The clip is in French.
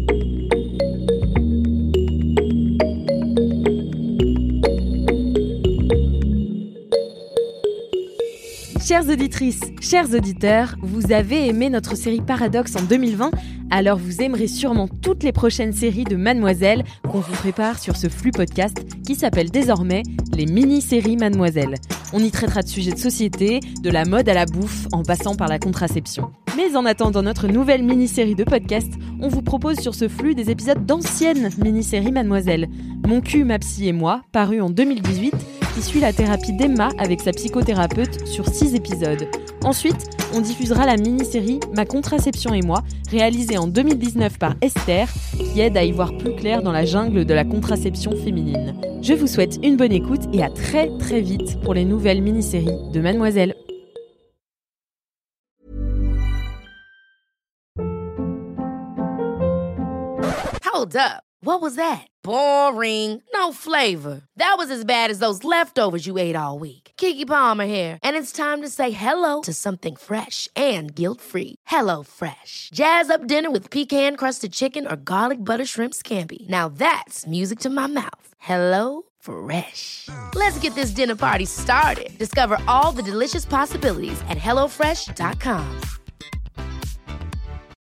Chères auditrices, chers auditeurs, vous avez aimé notre série Paradoxe en 2020, alors vous aimerez sûrement toutes les prochaines séries de Mademoiselle qu'on vous prépare sur ce flux podcast qui s'appelle désormais les mini-séries Mademoiselle. On y traitera de sujets de société, de la mode à la bouffe, en passant par la contraception. Mais en attendant notre nouvelle mini-série de podcast, on vous propose sur ce flux des épisodes d'anciennes mini-séries Mademoiselle. Mon cul, ma psy et moi, paru en 2018, qui suit la thérapie d'Emma avec sa psychothérapeute sur 6 épisodes. Ensuite, on diffusera la mini-série Ma contraception et moi, réalisée en 2019 par Esther, qui aide à y voir plus clair dans la jungle de la contraception féminine. Je vous souhaite une bonne écoute et à très très vite pour les nouvelles mini-séries de Mademoiselle. Hold up. What was that? Boring. No flavor. That was as bad as those leftovers you ate all week. Keke Palmer here, and it's time to say hello to something fresh and guilt-free. Hello Fresh. Jazz up dinner with pecan-crusted chicken or garlic butter shrimp scampi. Now that's music to my mouth. Hello Fresh. Let's get this dinner party started. Discover all the delicious possibilities at HelloFresh.com.